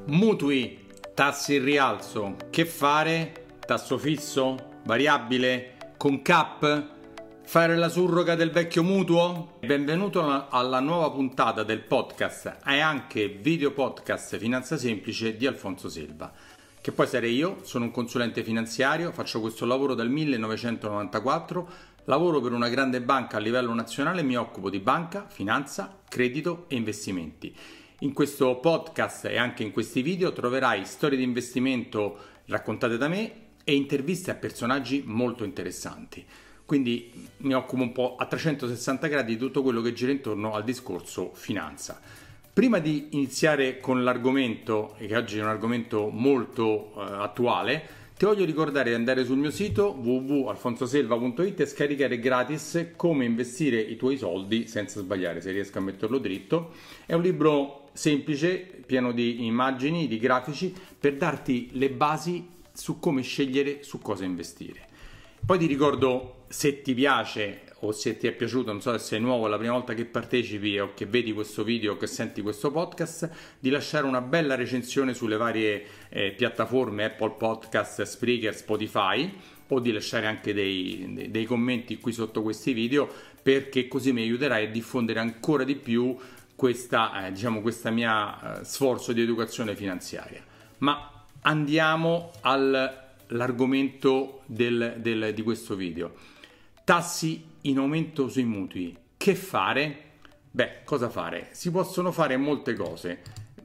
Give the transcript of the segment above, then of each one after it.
Mutui, tassi in rialzo, che fare? Tasso fisso? Variabile? Con cap? Fare la surroga del vecchio mutuo? Benvenuto alla nuova puntata del podcast e anche video podcast Finanza Semplice di Alfonso Selva, che poi sarei io. Sono un consulente finanziario, faccio questo lavoro dal 1994, lavoro per una grande banca a livello nazionale e mi occupo di banca, finanza, credito e investimenti. In questo podcast e anche in questi video troverai storie di investimento raccontate da me e interviste a personaggi molto interessanti. Quindi mi occupo un po' a 360 gradi di tutto quello che gira intorno al discorso finanza. Prima di iniziare con l'argomento, che oggi è un argomento molto attuale, ti voglio ricordare di andare sul mio sito www.alfonsoselva.it e scaricare gratis Come investire i tuoi soldi senza sbagliare, se riesco a metterlo dritto. È un libro semplice, pieno di immagini, di grafici, per darti le basi su come scegliere su cosa investire. Poi ti ricordo, se ti piace o se ti è piaciuto, non so se sei nuovo, la prima volta che partecipi o che vedi questo video o che senti questo podcast, di lasciare una bella recensione sulle varie piattaforme Apple Podcast, Spreaker, Spotify, o di lasciare anche dei commenti qui sotto questi video, perché così mi aiuterai a diffondere ancora di più questa mia sforzo di educazione finanziaria. Ma andiamo all'argomento di questo video. Tassi in aumento sui mutui. Che fare? Cosa fare? Si possono fare molte cose.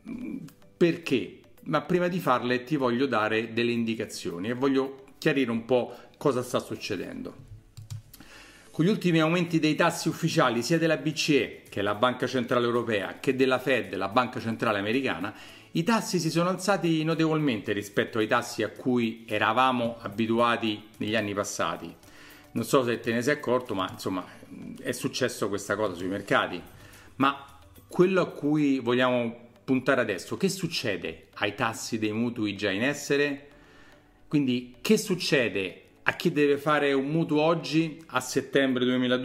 Perché? Ma prima di farle ti voglio dare delle indicazioni e voglio chiarire un po' cosa sta succedendo. Con gli ultimi aumenti dei tassi ufficiali sia della BCE, che è la Banca Centrale Europea, che della Fed, la Banca Centrale Americana, i tassi si sono alzati notevolmente rispetto ai tassi a cui eravamo abituati negli anni passati. Non so se te ne sei accorto, ma insomma è successo questa cosa sui mercati. Ma quello a cui vogliamo puntare adesso, che succede ai tassi dei mutui già in essere? Quindi che succede a chi deve fare un mutuo oggi a settembre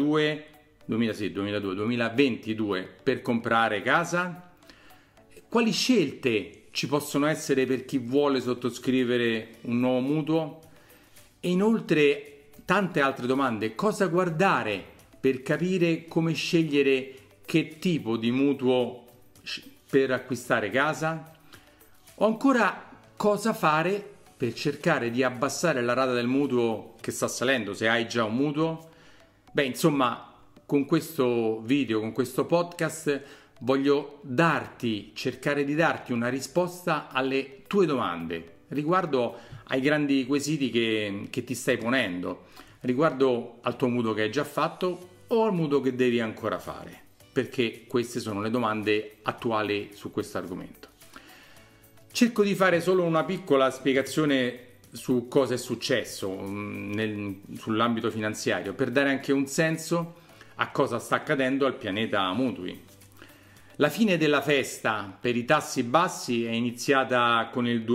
2022 per comprare casa? Quali scelte ci possono essere per chi vuole sottoscrivere un nuovo mutuo? E inoltre tante altre domande. Cosa guardare per capire come scegliere che tipo di mutuo per acquistare casa? O ancora cosa fare per cercare di abbassare la rata del mutuo che sta salendo, se hai già un mutuo? Insomma, con questo video, con questo podcast, voglio cercare di darti una risposta alle tue domande riguardo ai grandi quesiti che ti stai ponendo, riguardo al tuo mutuo che hai già fatto o al mutuo che devi ancora fare, perché queste sono le domande attuali su questo argomento. Cerco di fare solo una piccola spiegazione su cosa è successo sull'ambito finanziario, per dare anche un senso a cosa sta accadendo al pianeta mutui. La fine della festa per i tassi bassi è iniziata con il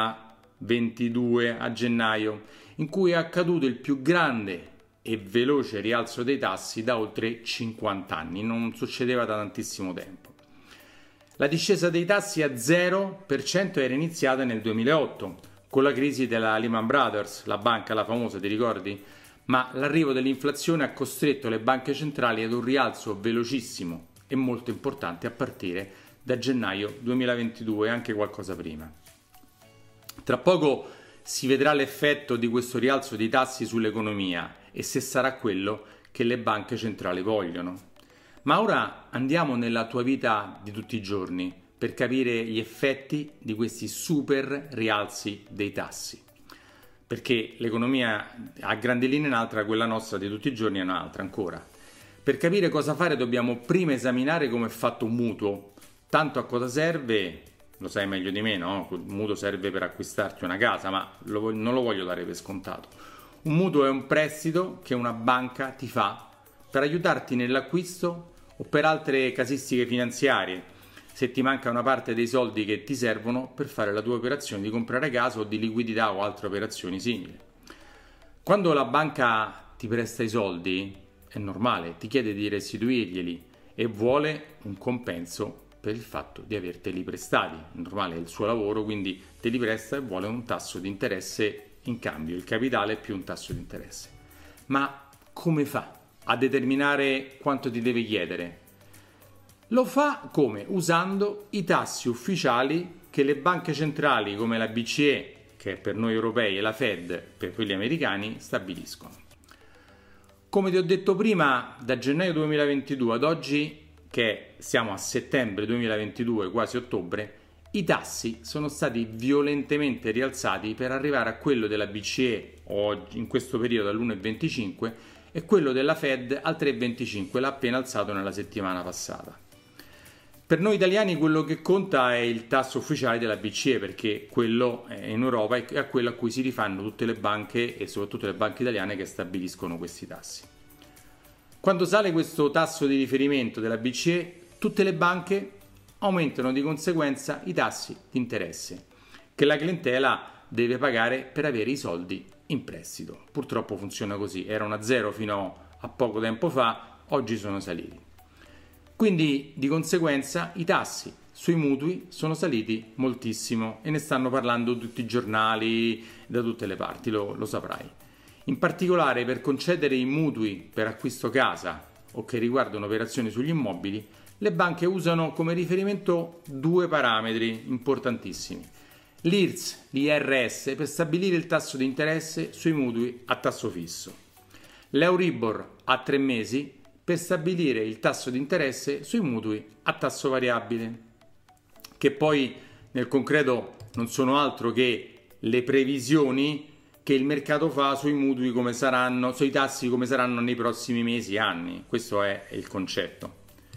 2022 a gennaio, in cui è accaduto il più grande e veloce rialzo dei tassi da oltre 50 anni. Non succedeva da tantissimo tempo. La discesa dei tassi a 0% era iniziata nel 2008, con la crisi della Lehman Brothers, la banca, la famosa, ti ricordi? Ma l'arrivo dell'inflazione ha costretto le banche centrali ad un rialzo velocissimo e molto importante a partire da gennaio 2022 e anche qualcosa prima. Tra poco si vedrà l'effetto di questo rialzo dei tassi sull'economia e se sarà quello che le banche centrali vogliono. Ma ora andiamo nella tua vita di tutti i giorni per capire gli effetti di questi super rialzi dei tassi. Perché l'economia a grandi linee è un'altra, quella nostra di tutti i giorni è un'altra ancora. Per capire cosa fare dobbiamo prima esaminare come è fatto un mutuo. Tanto a cosa serve, lo sai meglio di me, no? Il mutuo serve per acquistarti una casa, ma non lo voglio dare per scontato. Un mutuo è un prestito che una banca ti fa per aiutarti nell'acquisto o per altre casistiche finanziarie, se ti manca una parte dei soldi che ti servono per fare la tua operazione di comprare casa o di liquidità o altre operazioni simili. Quando la banca ti presta i soldi, è normale, ti chiede di restituirglieli e vuole un compenso per il fatto di averteli prestati. Normale è il suo lavoro, quindi te li presta e vuole un tasso di interesse in cambio, il capitale più un tasso di interesse. Ma come fa a determinare quanto ti deve chiedere? Lo fa come? Usando i tassi ufficiali che le banche centrali come la BCE, che è per noi europei, e la Fed, per quelli americani, stabiliscono. Come ti ho detto prima, da gennaio 2022 ad oggi, che siamo a settembre 2022, quasi ottobre, i tassi sono stati violentemente rialzati per arrivare a quello della BCE, oggi, in questo periodo all'1,25, e quello della Fed al 3,25, l'ha appena alzato nella settimana passata. Per noi italiani quello che conta è il tasso ufficiale della BCE, perché quello in Europa è quello a cui si rifanno tutte le banche e soprattutto le banche italiane che stabiliscono questi tassi. Quando sale questo tasso di riferimento della BCE, tutte le banche aumentano di conseguenza i tassi di interesse che la clientela deve pagare per avere i soldi in prestito. Purtroppo funziona così, erano a zero fino a poco tempo fa, oggi sono saliti. Quindi di conseguenza i tassi sui mutui sono saliti moltissimo e ne stanno parlando tutti i giornali da tutte le parti, lo saprai. In particolare per concedere i mutui per acquisto casa o che riguardano operazioni sugli immobili, le banche usano come riferimento due parametri importantissimi: l'IRS, l'IRS per stabilire il tasso di interesse sui mutui a tasso fisso, l'Euribor a 3 mesi per stabilire il tasso di interesse sui mutui a tasso variabile, che poi nel concreto non sono altro che le previsioni che il mercato fa sui mutui come saranno, sui tassi come saranno nei prossimi mesi e anni. Questo è il concetto.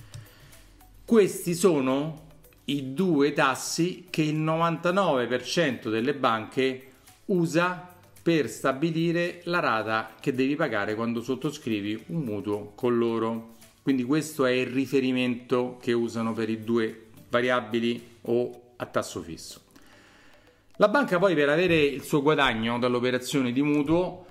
Questi sono i due tassi che il 99% delle banche usa per stabilire la rata che devi pagare quando sottoscrivi un mutuo con loro. Quindi questo è il riferimento che usano per i due variabili o a tasso fisso. La banca poi, per avere il suo guadagno dall'operazione di mutuo,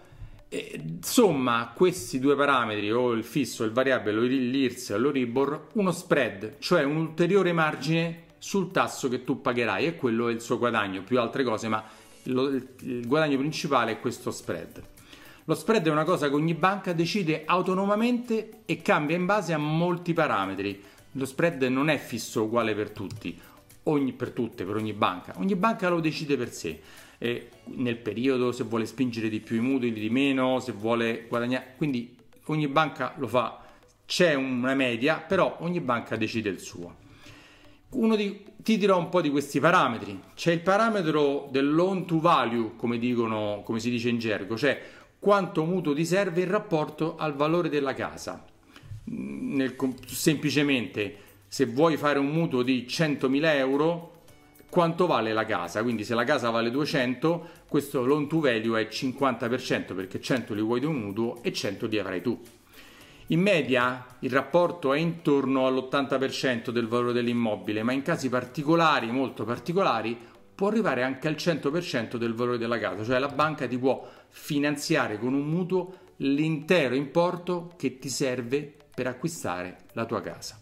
somma questi due parametri, o il fisso, il variabile, l'IRS e l'Euribor, uno spread, cioè un ulteriore margine sul tasso che tu pagherai, e quello è il suo guadagno, più altre cose, ma il guadagno principale è questo spread. Lo spread è una cosa che ogni banca decide autonomamente e cambia in base a molti parametri. Lo spread non è fisso uguale per tutti, per ogni banca. Ogni banca lo decide per sé. Nel periodo, se vuole spingere di più i mutui, di meno, se vuole guadagnare. Quindi ogni banca lo fa. C'è una media, però ogni banca decide il suo. Ti dirò un po' di questi parametri. C'è il parametro del loan to value, come si dice in gergo, cioè quanto mutuo ti serve in rapporto al valore della casa. Semplicemente, se vuoi fare un mutuo di 100.000 euro, quanto vale la casa? Quindi se la casa vale 200, questo loan to value è 50%, perché 100 li vuoi di un mutuo e 100 li avrai tu. In media il rapporto è intorno all'80% del valore dell'immobile, ma in casi particolari, molto particolari, può arrivare anche al 100% del valore della casa, cioè la banca ti può finanziare con un mutuo l'intero importo che ti serve per acquistare la tua casa.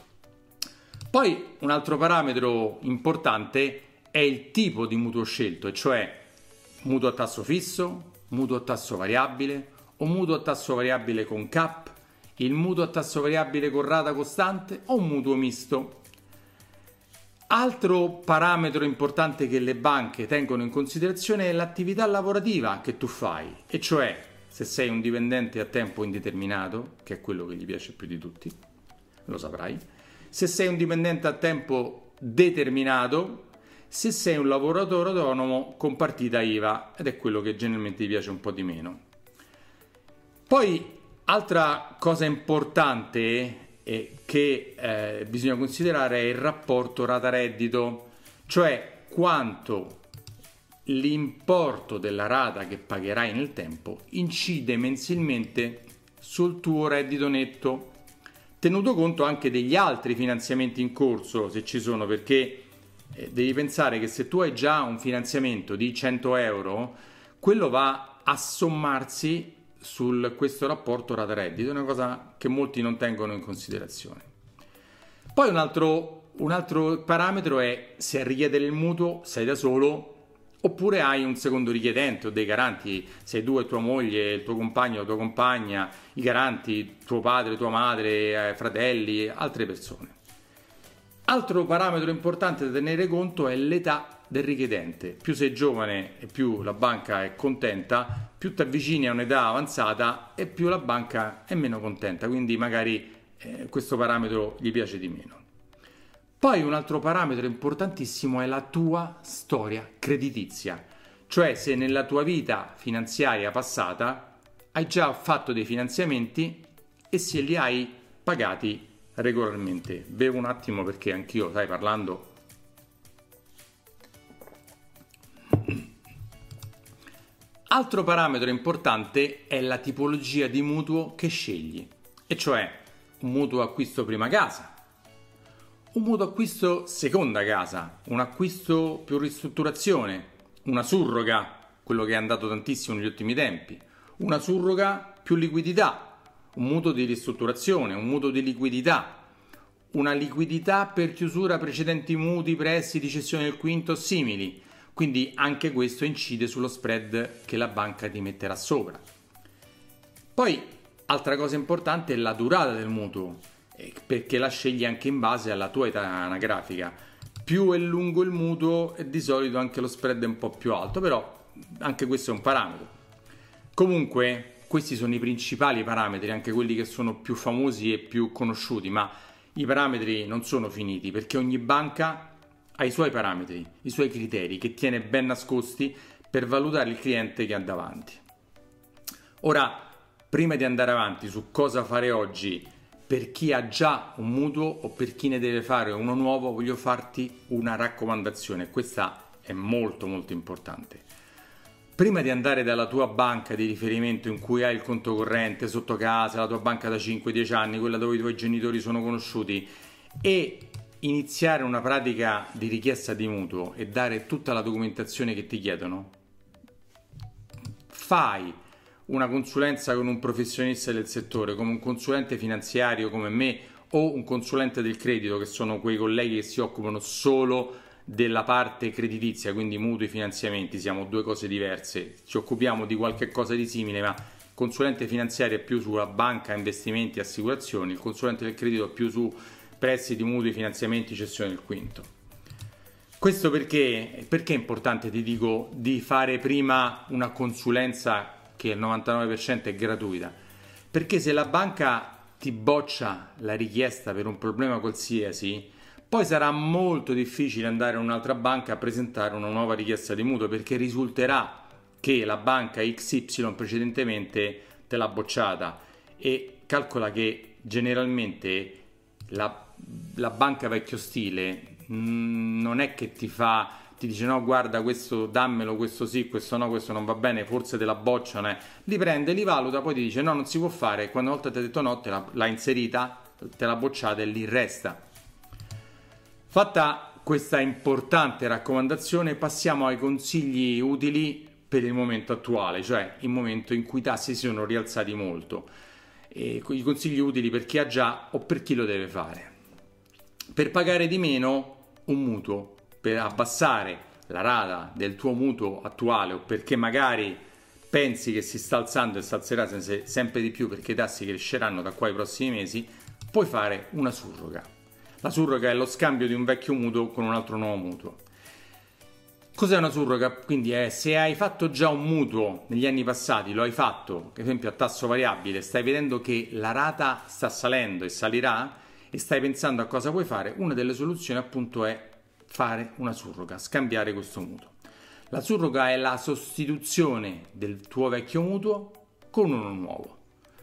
Poi un altro parametro importante è il tipo di mutuo scelto, e cioè mutuo a tasso fisso, mutuo a tasso variabile o mutuo a tasso variabile con cap, il mutuo a tasso variabile con rata costante o un mutuo misto. Altro parametro importante che le banche tengono in considerazione è l'attività lavorativa che tu fai, e cioè se sei un dipendente a tempo indeterminato, che è quello che gli piace più di tutti, lo saprai, se sei un dipendente a tempo determinato, se sei un lavoratore autonomo con partita IVA, ed è quello che generalmente ti piace un po' di meno. Poi altra cosa importante che bisogna considerare è il rapporto rata-reddito, cioè quanto l'importo della rata che pagherai nel tempo incide mensilmente sul tuo reddito netto, tenuto conto anche degli altri finanziamenti in corso, se ci sono, perché devi pensare che se tu hai già un finanziamento di 100 euro, quello va a sommarsi su questo rapporto rata-reddito, è una cosa che molti non tengono in considerazione. Poi un altro un altro parametro è se a richiedere il mutuo sei da solo oppure hai un secondo richiedente o dei garanti, sei tu e tua moglie, il tuo compagno, la tua compagna, i garanti, tuo padre, tua madre, fratelli, altre persone. Altro parametro importante da tenere conto è l'età del richiedente. Più sei giovane e più la banca è contenta, più ti avvicini a un'età avanzata e più la banca è meno contenta, quindi magari questo parametro gli piace di meno. Poi un altro parametro importantissimo è la tua storia creditizia, cioè se nella tua vita finanziaria passata hai già fatto dei finanziamenti e se li hai pagati regolarmente. Bevo un attimo perché anch'io, stai parlando. Altro parametro importante è la tipologia di mutuo che scegli, e cioè un mutuo acquisto prima casa, un mutuo acquisto seconda casa, un acquisto più ristrutturazione, una surroga, quello che è andato tantissimo negli ultimi tempi, una surroga più liquidità, un mutuo di ristrutturazione, un mutuo di liquidità, una liquidità per chiusura precedenti mutui, prestiti, cessione del quinto, simili. Quindi anche questo incide sullo spread che la banca ti metterà sopra. Poi, altra cosa importante è la durata del mutuo, perché la scegli anche in base alla tua età anagrafica. Più è lungo il mutuo e di solito anche lo spread è un po' più alto, però anche questo è un parametro. Comunque, questi sono i principali parametri, anche quelli che sono più famosi e più conosciuti, ma i parametri non sono finiti, perché ogni banca ha i suoi parametri, i suoi criteri che tiene ben nascosti per valutare il cliente che ha davanti. Ora, prima di andare avanti su cosa fare oggi per chi ha già un mutuo o per chi ne deve fare uno nuovo, voglio farti una raccomandazione. Questa è molto molto importante. Prima di andare dalla tua banca di riferimento in cui hai il conto corrente sotto casa, la tua banca da 5-10 anni, quella dove i tuoi genitori sono conosciuti, e iniziare una pratica di richiesta di mutuo e dare tutta la documentazione che ti chiedono, fai una consulenza con un professionista del settore, come un consulente finanziario come me o un consulente del credito, che sono quei colleghi che si occupano solo della parte creditizia, quindi mutui, finanziamenti. Siamo due cose diverse, ci occupiamo di qualche cosa di simile, ma il consulente finanziario è più sulla banca, investimenti, assicurazioni, il consulente del credito è più su prestiti, mutui, finanziamenti, cessione del quinto. Questo perché è importante, ti dico, di fare prima una consulenza che al 99% è gratuita, perché se la banca ti boccia la richiesta per un problema qualsiasi, poi sarà molto difficile andare a un'altra banca a presentare una nuova richiesta di mutuo, perché risulterà che la banca XY precedentemente te l'ha bocciata. E calcola che generalmente la banca vecchio stile non è che ti dice no, guarda, questo dammelo, questo sì, questo no, questo non va bene, forse te la bocciano, li prende, li valuta, poi ti dice no, non si può fare, quando una volta ti ha detto no, l'ha inserita, te l'ha bocciata e lì resta. Fatta questa importante raccomandazione, passiamo ai consigli utili per il momento attuale, cioè il momento in cui i tassi si sono rialzati molto. E i consigli utili per chi ha già o per chi lo deve fare. Per pagare di meno un mutuo, per abbassare la rata del tuo mutuo attuale, o perché magari pensi che si sta alzando e si alzerà sempre di più perché i tassi cresceranno da qua ai prossimi mesi, puoi fare una surroga. La surroga è lo scambio di un vecchio mutuo con un altro nuovo mutuo. Cos'è una surroga? Quindi è se hai fatto già un mutuo negli anni passati, lo hai fatto, per esempio a tasso variabile, stai vedendo che la rata sta salendo e salirà e stai pensando a cosa puoi fare, una delle soluzioni appunto è fare una surroga, scambiare questo mutuo. La surroga è la sostituzione del tuo vecchio mutuo con uno nuovo.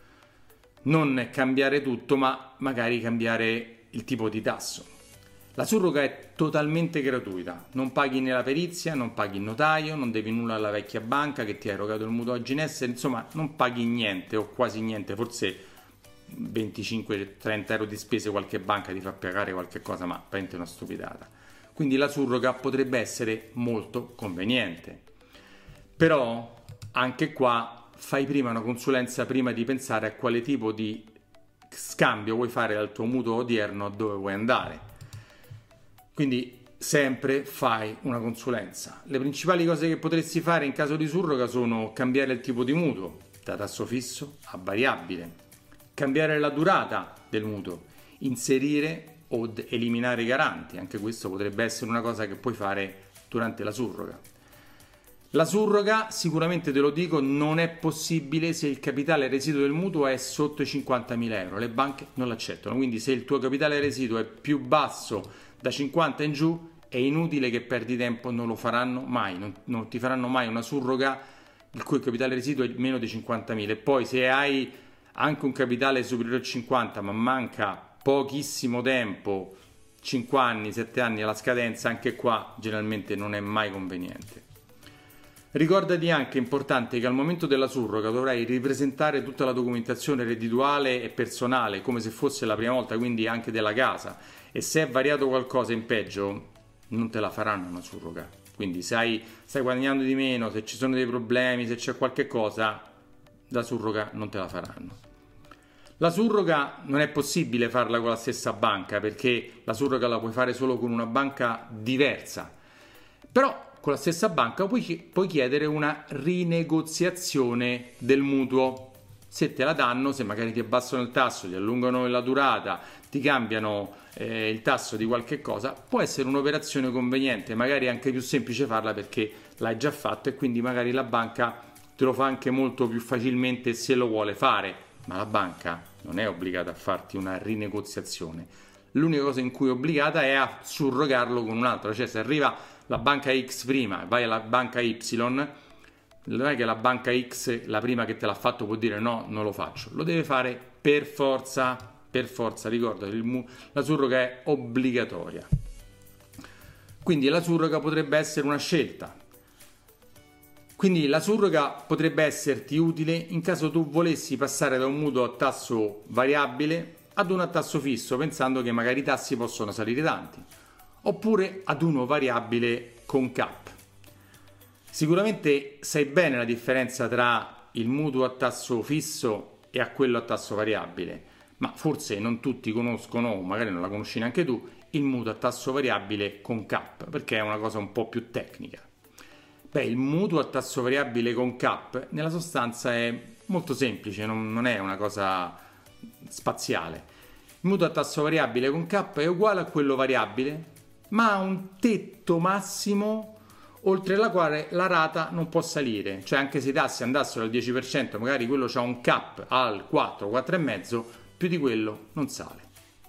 Non cambiare tutto, ma magari cambiare il tipo di tasso. La surroga è totalmente gratuita, non paghi né la perizia, non paghi il notaio, non devi nulla alla vecchia banca che ti ha erogato il mutuo oggi in essere, insomma non paghi niente o quasi niente, forse 25-30 euro di spese qualche banca ti fa pagare qualche cosa, ma veramente una stupidata. Quindi la surroga potrebbe essere molto conveniente, però anche qua fai prima una consulenza prima di pensare a quale tipo di scambio vuoi fare dal tuo mutuo odierno a dove vuoi andare. Quindi sempre fai una consulenza. Le principali cose che potresti fare in caso di surroga sono cambiare il tipo di mutuo da tasso fisso a variabile, cambiare la durata del mutuo, inserire o eliminare i garanti. Anche questo potrebbe essere una cosa che puoi fare durante la surroga. La surroga, sicuramente te lo dico, non è possibile se il capitale residuo del mutuo è sotto i 50.000 euro. Le banche non l'accettano, quindi se il tuo capitale residuo è più basso da 50 in giù, è inutile che perdi tempo, non lo faranno mai, non ti faranno mai una surroga il cui capitale residuo è meno di 50.000. E poi se hai anche un capitale superiore a 50 ma manca pochissimo tempo, 5 anni, 7 anni alla scadenza, anche qua generalmente non è mai conveniente. Ricordati anche, importante, che al momento della surroga dovrai ripresentare tutta la documentazione reddituale e personale come se fosse la prima volta, quindi anche della casa, e se è variato qualcosa in peggio non te la faranno una surroga. Quindi se stai guadagnando di meno, se ci sono dei problemi, se c'è qualche cosa, la surroga non te la faranno. La surroga non è possibile farla con la stessa banca, perché la surroga la puoi fare solo con una banca diversa, però con la stessa banca puoi chiedere una rinegoziazione del mutuo. Se te la danno, se magari ti abbassano il tasso, ti allungano la durata, ti cambiano il tasso di qualche cosa, può essere un'operazione conveniente, magari anche più semplice farla perché l'hai già fatto e quindi magari la banca te lo fa anche molto più facilmente se lo vuole fare, ma la banca non è obbligata a farti una rinegoziazione. L'unica cosa in cui è obbligata è a surrogarlo con un'altra, cioè se arriva la banca X prima, vai alla banca Y, non è che la banca X, la prima che te l'ha fatto, può dire no, non lo faccio. Lo deve fare per forza, ricordati, la surroga è obbligatoria. Quindi la surroga potrebbe essere una scelta. Quindi la surroga potrebbe esserti utile in caso tu volessi passare da un mutuo a tasso variabile ad uno a tasso fisso, pensando che magari i tassi possono salire tanti, oppure ad uno variabile con cap. Sicuramente sai bene la differenza tra il mutuo a tasso fisso e a quello a tasso variabile, ma forse non tutti conoscono, o magari non la conosci neanche tu, il mutuo a tasso variabile con cap, perché è una cosa un po' più tecnica. Beh, il mutuo a tasso variabile con cap nella sostanza è molto semplice, non è una cosa spaziale. Il mutuo a tasso variabile con cap è uguale a quello variabile, ma ha un tetto massimo oltre la quale la rata non può salire, cioè anche se i tassi andassero al 10%, magari quello c'ha un cap al 4, 4,5, più di quello non sale.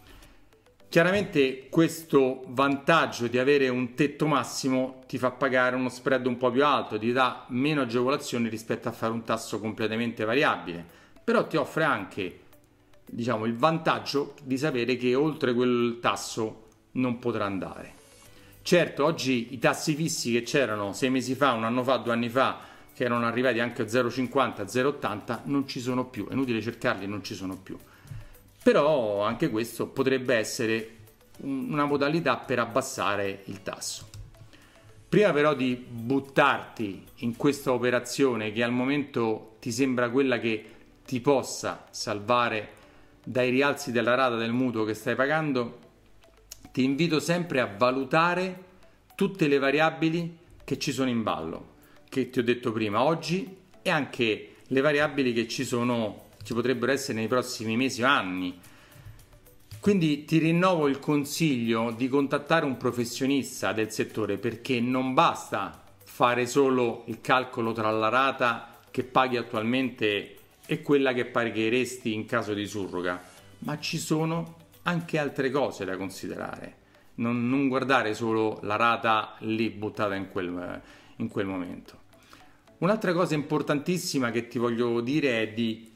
Chiaramente questo vantaggio di avere un tetto massimo ti fa pagare uno spread un po' più alto, ti dà meno agevolazioni rispetto a fare un tasso completamente variabile, però ti offre anche, diciamo, il vantaggio di sapere che oltre quel tasso non potrà andare. Certo, oggi i tassi fissi che c'erano 6 mesi fa, un anno fa, 2 anni fa, che erano arrivati anche a 0,50, 0,80, non ci sono più, è inutile cercarli, non ci sono più. Però anche questo potrebbe essere una modalità per abbassare il tasso. Prima però di buttarti in questa operazione che al momento ti sembra quella che ti possa salvare dai rialzi della rata del mutuo che stai pagando, ti invito sempre a valutare tutte le variabili che ci sono in ballo, che ti ho detto prima oggi, e anche le variabili che ci potrebbero essere nei prossimi mesi o anni. Quindi ti rinnovo il consiglio di contattare un professionista del settore, perché non basta fare solo il calcolo tra la rata che paghi attualmente e quella che pagheresti in caso di surroga, ma ci sono anche altre cose da considerare. Non guardare solo la rata lì buttata in quel momento. Un'altra cosa importantissima che ti voglio dire è di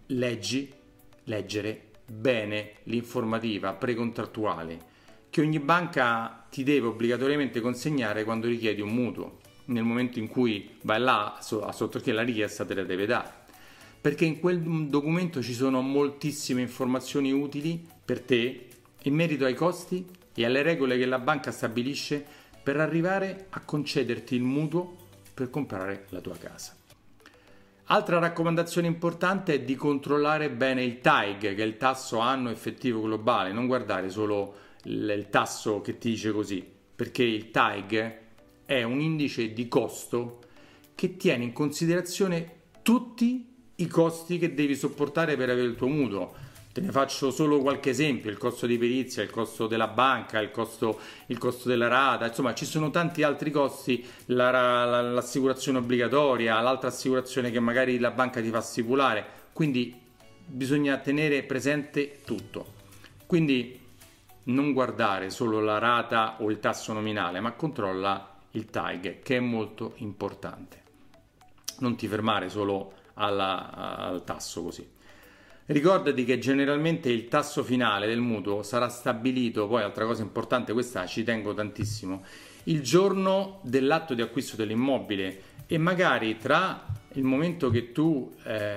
leggere bene l'informativa precontrattuale che ogni banca ti deve obbligatoriamente consegnare quando richiedi un mutuo, nel momento in cui vai là sotto che la richiesta te la deve dare, perché in quel documento ci sono moltissime informazioni utili per te in merito ai costi e alle regole che la banca stabilisce per arrivare a concederti il mutuo per comprare la tua casa. Altra raccomandazione importante è di controllare bene il TAEG, che è il tasso annuo effettivo globale, non guardare solo il tasso che ti dice così, perché il TAEG è un indice di costo che tiene in considerazione tutti i costi che devi sopportare per avere il tuo mutuo. Te ne faccio solo qualche esempio: il costo di perizia, il costo della banca, il costo della rata, insomma ci sono tanti altri costi, l'assicurazione obbligatoria, l'altra assicurazione che magari la banca ti fa stipulare, quindi bisogna tenere presente tutto. Quindi non guardare solo la rata o il tasso nominale, ma controlla il TAEG, che è molto importante. Non ti fermare solo al tasso così. Ricordati che generalmente il tasso finale del mutuo sarà stabilito, poi altra cosa importante, questa ci tengo tantissimo, il giorno dell'atto di acquisto dell'immobile, e magari tra il momento che tu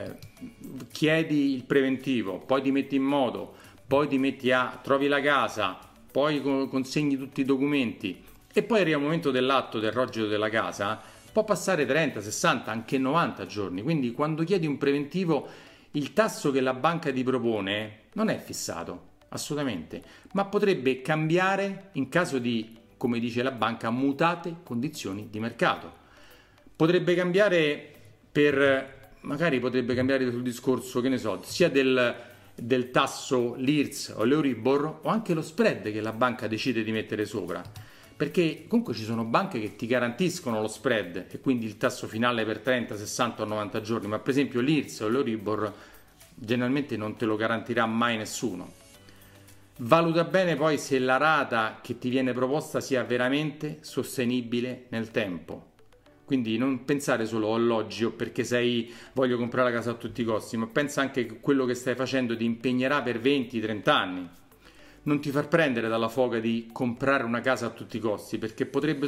chiedi il preventivo, poi ti metti in moto, poi trovi la casa, poi consegni tutti i documenti e poi arriva il momento dell'atto del rogito della casa, può passare 30, 60, anche 90 giorni. Quindi quando chiedi un preventivo, il tasso che la banca ti propone non è fissato, assolutamente, ma potrebbe cambiare in caso di, come dice la banca, mutate condizioni di mercato. Potrebbe cambiare magari potrebbe cambiare sul discorso, che ne so, sia del tasso l'IRS o l'Euribor, o anche lo spread che la banca decide di mettere sopra, perché comunque ci sono banche che ti garantiscono lo spread e quindi il tasso finale per 30, 60 o 90 giorni, ma per esempio l'IRS o l'Euribor generalmente non te lo garantirà mai nessuno. Valuta bene poi se la rata che ti viene proposta sia veramente sostenibile nel tempo. Quindi non pensare solo all'oggi o perché voglio comprare la casa a tutti i costi, ma pensa anche che quello che stai facendo ti impegnerà per 20-30 anni. Non ti far prendere dalla foga di comprare una casa a tutti i costi, perché potrebbe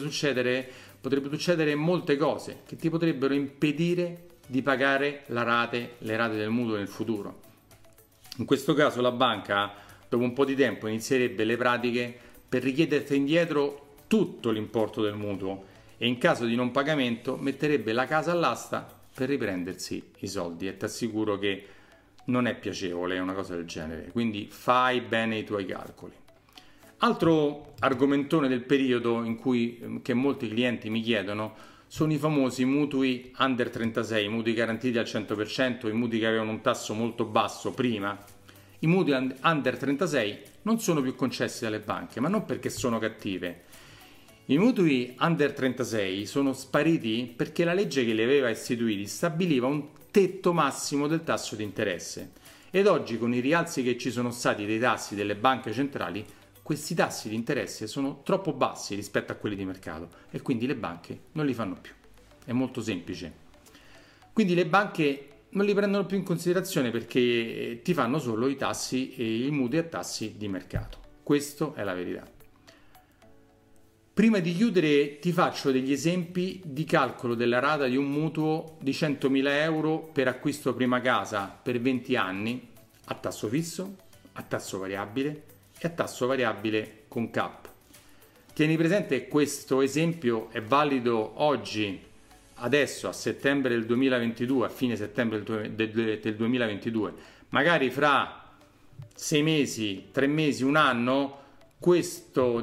succedere molte cose che ti potrebbero impedire di pagare le rate del mutuo nel futuro. In questo caso la banca, dopo un po' di tempo, inizierebbe le pratiche per richiederti indietro tutto l'importo del mutuo e in caso di non pagamento metterebbe la casa all'asta per riprendersi i soldi, e ti assicuro che non è piacevole una cosa del genere, quindi fai bene i tuoi calcoli. Altro argomentone del periodo che molti clienti mi chiedono sono i famosi mutui under 36, i mutui garantiti al 100%, i mutui che avevano un tasso molto basso prima. I mutui under 36 non sono più concessi dalle banche, ma non perché sono cattive. I mutui under 36 sono spariti perché la legge che li aveva istituiti stabiliva un tetto massimo del tasso di interesse, ed oggi con i rialzi che ci sono stati dei tassi delle banche centrali, questi tassi di interesse sono troppo bassi rispetto a quelli di mercato e quindi le banche non li fanno più. È molto semplice. Quindi le banche non li prendono più in considerazione perché ti fanno solo i mutui a tassi di mercato. Questa è la verità. Prima di chiudere ti faccio degli esempi di calcolo della rata di un mutuo di 100.000 euro per acquisto prima casa per 20 anni a tasso fisso, a tasso variabile e a tasso variabile con CAP. Tieni presente che questo esempio è valido oggi, adesso a settembre del 2022, a fine settembre del 2022. Magari fra 6 mesi, 3 mesi, un anno, questo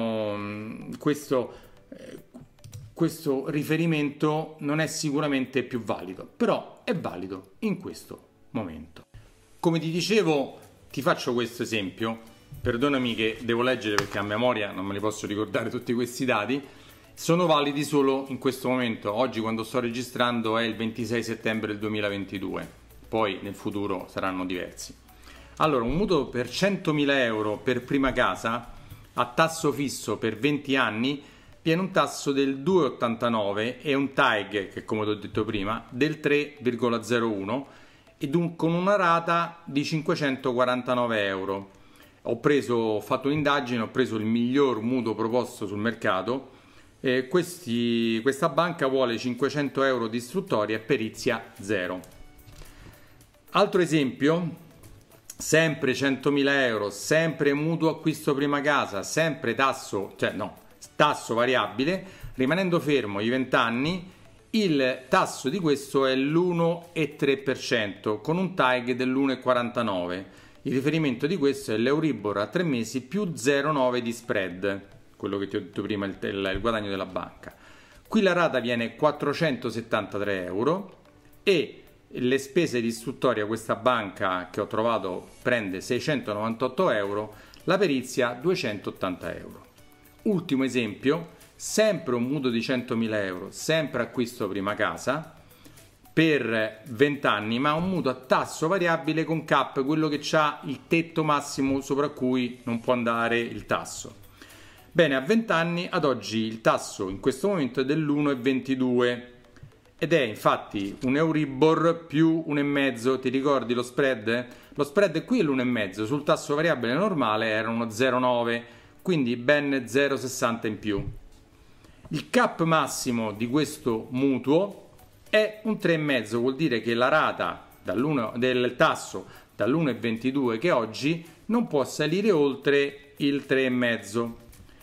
riferimento non è sicuramente più valido, però è valido in questo momento. Come ti dicevo, ti faccio questo esempio, perdonami che devo leggere perché a memoria non me li posso ricordare tutti questi dati, sono validi solo in questo momento. Oggi, quando sto registrando, è il 26 settembre del 2022, poi nel futuro saranno diversi. Allora, un mutuo per 100.000 euro per prima casa a tasso fisso per 20 anni viene un tasso del 2,89 e un TAEG, che come ti ho detto prima, del 3,01 e con una rata di 549 euro. Ho fatto un'indagine, ho preso il miglior mutuo proposto sul mercato. Questa banca vuole 500 euro di istruttoria e perizia 0. Altro esempio, sempre 100.000 euro, sempre mutuo acquisto prima casa, sempre tasso variabile, rimanendo fermo i 20 anni, il tasso di questo è l'1,3% con un TAEG dell'1,49. il riferimento di questo è l'Euribor a 3 mesi più 0,9 di spread, quello che ti ho detto prima, il guadagno della banca. Qui la rata viene 473 euro e le spese di istruttoria, questa banca che ho trovato prende 698 euro, la perizia 280 euro. Ultimo esempio, sempre un mutuo di 100.000 euro, sempre acquisto prima casa, per 20 anni, ma un mutuo a tasso variabile con cap, quello che ha il tetto massimo sopra cui non può andare il tasso. Bene, a 20 anni ad oggi il tasso in questo momento è dell'1,22 ed è infatti un Euribor più 1,5. Ti ricordi lo spread? Lo spread qui è l'1,5, sul tasso variabile normale era uno 0,9, quindi ben 0,60 in più. Il cap massimo di questo mutuo è un 3,5, vuol dire che la rata del tasso dall'1,22 che oggi non può salire oltre il 3,5.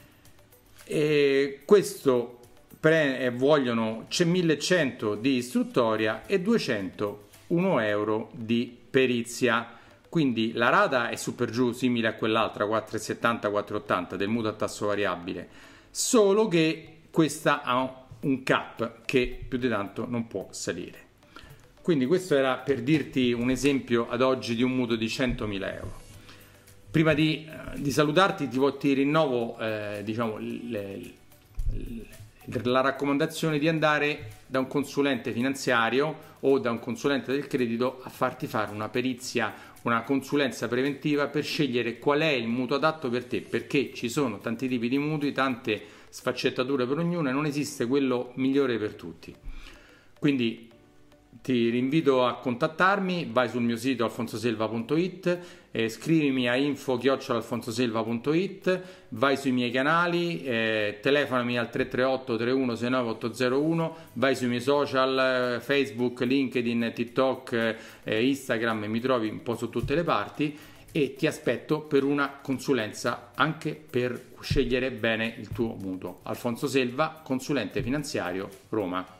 E questo vogliono 1.100 di istruttoria e 201 euro di perizia. Quindi la rata è su per giù simile a quell'altra 4,70 4,80 del mutuo a tasso variabile, solo che questa ha un cap che più di tanto non può salire. Quindi questo era per dirti un esempio ad oggi di un mutuo di 100.000 euro. Prima di salutarti ti rinnovo la raccomandazione di andare da un consulente finanziario o da un consulente del credito a farti fare una perizia, una consulenza preventiva per scegliere qual è il mutuo adatto per te, perché ci sono tanti tipi di mutui, tante sfaccettature per ognuno e non esiste quello migliore per tutti. Quindi ti rinvito a contattarmi, vai sul mio sito alfonsoselva.it, scrivimi a info@alfonsoselva.it, vai sui miei canali, telefonami al 338 3169 801, vai sui miei social, Facebook, LinkedIn, TikTok, Instagram, mi trovi un po' su tutte le parti e ti aspetto per una consulenza anche per scegliere bene il tuo mutuo. Alfonso Selva, consulente finanziario, Roma.